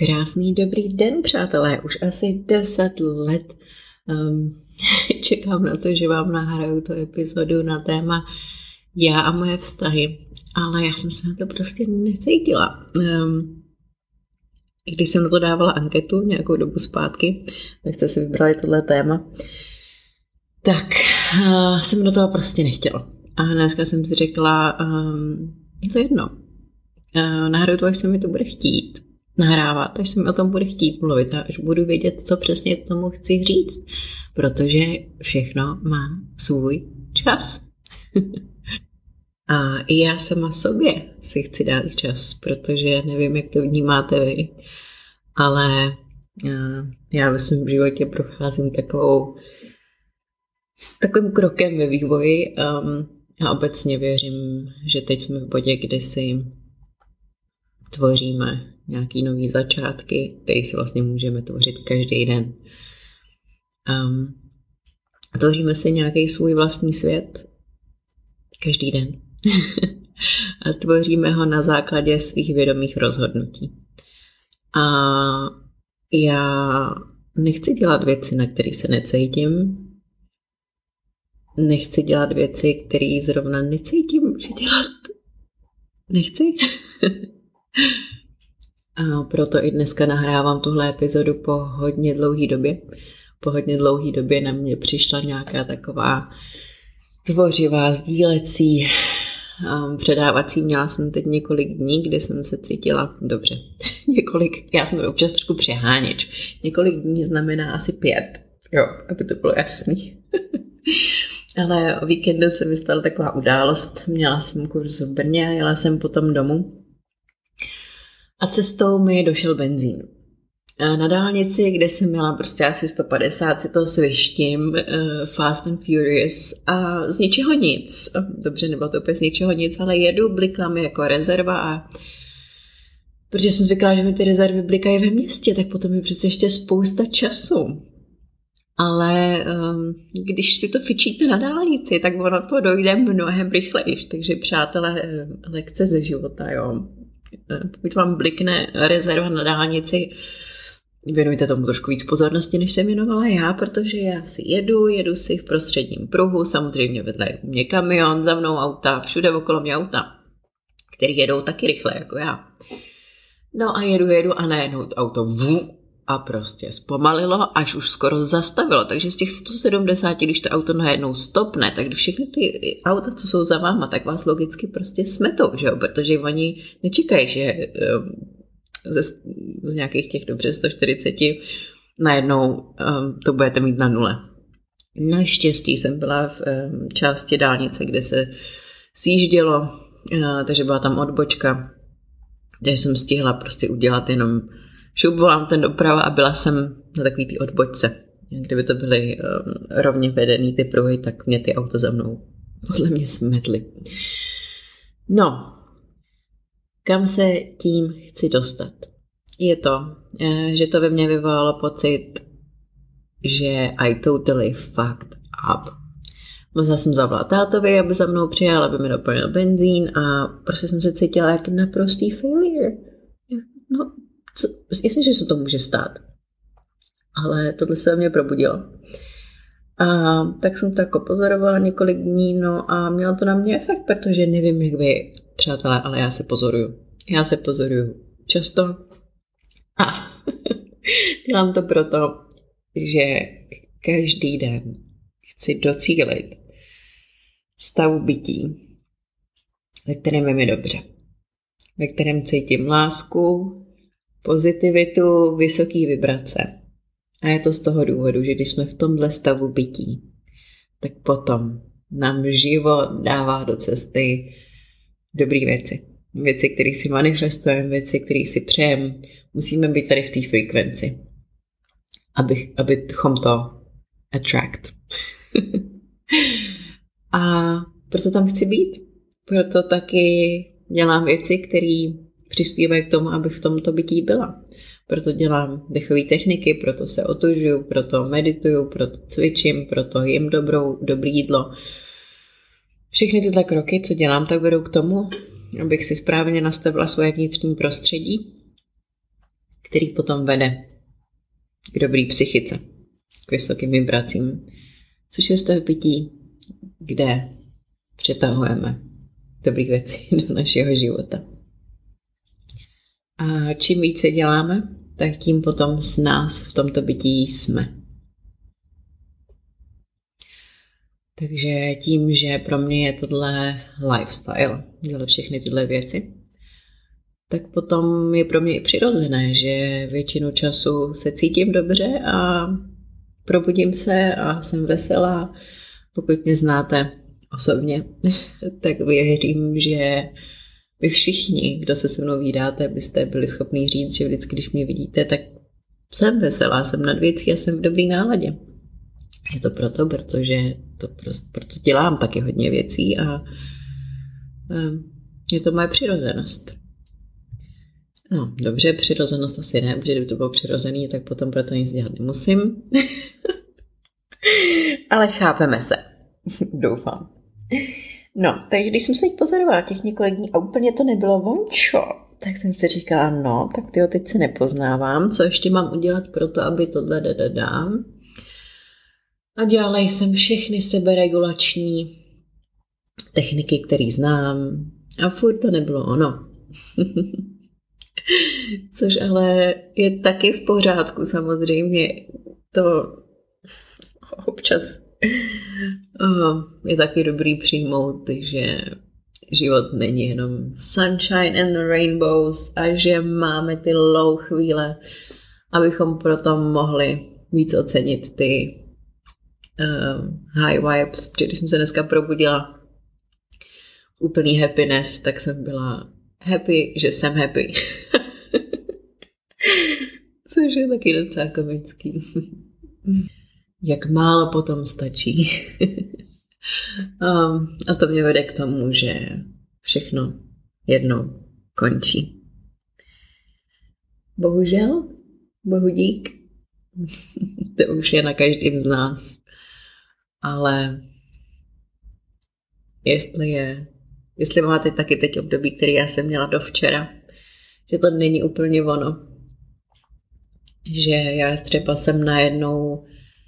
Krásný dobrý den, přátelé. Už asi 10 let čekám na to, že vám nahraju tu epizodu na téma já a moje vztahy, ale já jsem se na to prostě necítila. Když jsem na to dávala anketu nějakou dobu zpátky, tak jste si vybrali tohle téma, tak jsem do toho prostě nechtěla. A dneska jsem si řekla, je to jedno. Nahraju to, až se mi to bude chtít nahrávat, až se mi o tom bude chtít mluvit a až budu vědět, co přesně tomu chci říct, protože všechno má svůj čas. A i já sama sobě si chci dát čas, protože nevím, jak to vnímáte vy, ale já ve svém životě procházím takovým krokem ve vývoji a obecně věřím, že teď jsme v bodě, kdy si tvoříme nějaký nový začátky, který si vlastně můžeme tvořit každý den. Tvoříme si nějaký svůj vlastní svět každý den. A tvoříme ho na základě svých vědomých rozhodnutí. A já nechci dělat věci, na které se necítím. Nechci dělat věci, které zrovna necítím, že dělat nechci. A proto i dneska nahrávám tuhle epizodu po hodně dlouhé době. Po hodně dlouhé době na mě přišla nějaká taková tvořivá, sdílecí, předávací. Měla jsem teď několik dní, kdy jsem se cítila dobře. Já jsem občas trošku přeháněč. Několik dní znamená asi 5, jo, aby to bylo jasný. Ale o víkendu se mi stala taková událost. Měla jsem kurz v Brně a jela jsem potom domů. A cestou mi došel benzín. Na dálnici, kde jsem měla prostě asi 150, si to svištím, Fast and Furious a z ničeho nic. Dobře, nebylo to úplně z ničeho nic, ale jedu, blikla mi jako rezerva a protože jsem zvyklá, že mi ty rezervy blikají ve městě, tak potom je přece ještě spousta času. Ale když si to fičíte na dálnici, tak ono to dojde mnohem rychleji. Takže přátelé, lekce ze života, jo. Pokud vám blikne rezerva na dálnici, věnujte tomu trošku víc pozornosti, než jsem věnovala já, protože já si jedu si v prostředním pruhu, samozřejmě vedle mě kamion, za mnou auta, všude okolo mě auta, který jedou taky rychle jako já. No a jedu a najednou auto a prostě zpomalilo, až už skoro zastavilo. Takže z těch 170, když to auto najednou stopne, tak všechny ty auta, co jsou za váma, tak vás logicky prostě smetou, že jo? Protože oni nečekají, že z nějakých těch dobře 140 najednou to budete mít na nule. Naštěstí jsem byla v části dálnice, kde se sjíždělo, takže byla tam odbočka, takže jsem stihla prostě udělat jenom šup, volám ten doprava a byla jsem na takový té odbočce. Kdyby to byly rovně vedený ty pruhy, tak mě ty auta za mnou podle mě smetly. No, kam se tím chci dostat? Je to, že to ve mně vyvolalo pocit, že I totally fucked up. Musela jsem zavolat tátovi, aby za mnou přijel, aby mi doplnil benzín a prostě jsem se cítila jak naprostý failure. No, jasně, že se to může stát. Ale tohle se mě probudilo. A tak jsem to jako pozorovala několik dní, no a mělo to na mě efekt, protože nevím, jak vy, přátelé, ale já se pozoruju. Já se pozoruju často a dělám to proto, že každý den chci docílit stavu bytí, ve kterém je mi dobře. Ve kterém cítím lásku, pozitivitu, vysoký vibrace. A je to z toho důvodu, že když jsme v tomhle stavu bytí, tak potom nám život dává do cesty dobré věci. Věci, které si manifestujeme, věci, které si přejeme. Musíme být tady v té frekvenci, abychom to attract. A proto tam chci být. Proto taky dělám věci, které přispívají k tomu, aby v tomto bytí byla. Proto dělám dechové techniky, proto se otužuju, proto medituju, proto cvičím, proto jim dobré jídlo. Všechny tyhle kroky, co dělám, tak vedou k tomu, abych si správně nastavila svoje vnitřní prostředí, který potom vede k dobrý psychice, k vysokým vibracím, což je stav bytí, kde přitahujeme dobrých věcí do našeho života. A čím více děláme, tak tím potom s nás v tomto bytí jsme. Takže tím, že pro mě je tohle lifestyle, dělat všechny tyhle věci, tak potom je pro mě i přirozené, že většinu času se cítím dobře a probudím se a jsem veselá. Pokud mě znáte osobně, tak věřím, že vy všichni, kdo se se mnou vídáte, byste byli schopni říct, že vždycky, když mě vidíte, tak jsem veselá, jsem nad věcí a jsem v dobrý náladě. Je to proto, protože proto dělám taky hodně věcí a je to moje přirozenost. No, dobře, přirozenost asi ne, protože kdyby to bylo přirozený, tak potom proto nic dělat nemusím. Ale chápeme se. Doufám. No, takže když jsem se teď pozorovala těch několik dní a úplně to nebylo vončo, tak jsem si říkala, no, tak tyjo, teď se nepoznávám, co ještě mám udělat pro to, aby tohle dám. A dělala jsem všechny seberegulační techniky, které znám a furt to nebylo ono. Což ale je taky v pořádku, samozřejmě to občas je taky dobrý přijmout, že život není jenom sunshine and rainbows a že máme ty low chvíle, abychom proto mohli víc ocenit ty high vibes. Protože když jsem se dneska probudila úplný happiness, tak jsem byla happy, že jsem happy. Což je taky docela komický. Jak málo potom stačí. A to mě vede k tomu, že všechno jednou končí. Bohužel, bohu dík, to už je na každém z nás. Ale jestli máte taky teď období, který já jsem měla do včera, že to není úplně ono. Že já třeba jsem najednou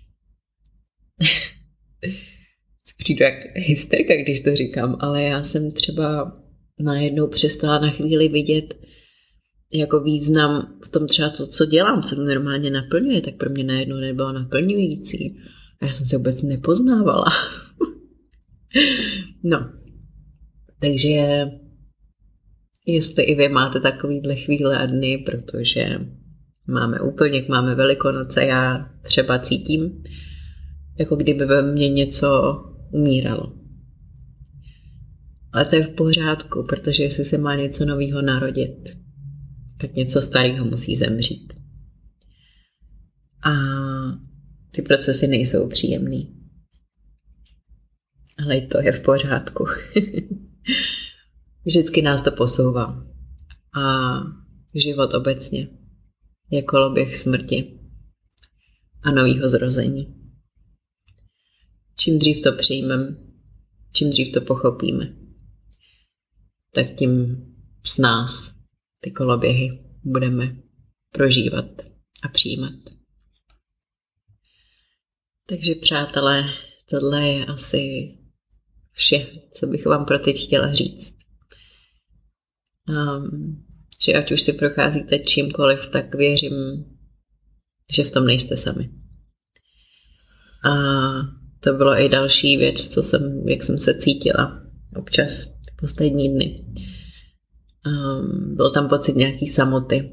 přijdu jak hysterka, když to říkám, ale já jsem třeba najednou přestala na chvíli vidět jako význam v tom třeba to, co dělám, co mě normálně naplňuje, tak pro mě najednou nebylo naplňující. A já jsem se vůbec nepoznávala. No, takže jestli i vy máte takovýhle chvíle a dny, protože máme Velikonoce, já třeba cítím, jako kdyby ve mně něco umíralo. Ale to je v pořádku, protože jestli se má něco nového narodit, tak něco starého musí zemřít. A ty procesy nejsou příjemný. Ale i to je v pořádku. Vždycky nás to posouvá. A život obecně je koloběh smrti a nového zrození. Čím dřív to přijmeme, čím dřív to pochopíme, tak tím s nás ty koloběhy budeme prožívat a přijímat. Takže přátelé, tohle je asi vše, co bych vám pro teď chtěla říct. Že ať už si procházíte čímkoliv, tak věřím, že v tom nejste sami. A to bylo i další věc, jak jsem se cítila občas poslední dny. Byl tam pocit nějaký samoty.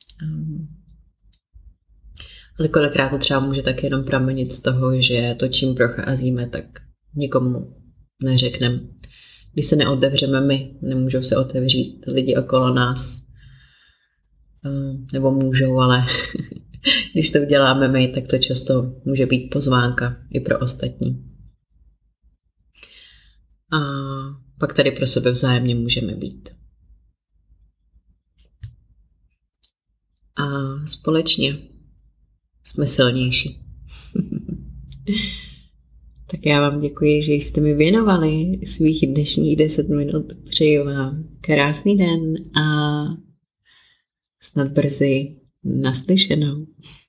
Ale kolikrát to třeba může tak jenom pramenit z toho, že to, čím procházíme, tak nikomu neřekneme. Když se neotevřeme my, nemůžou se otevřít lidi okolo nás. Nebo můžou, ale když to uděláme my, tak to často může být pozvánka i pro ostatní. A pak tady pro sebe vzájemně můžeme být. A společně jsme silnější. Tak já vám děkuji, že jste mi věnovali svých dnešních 10 minut. Přeji vám krásný den a snad brzy Naslyšenou.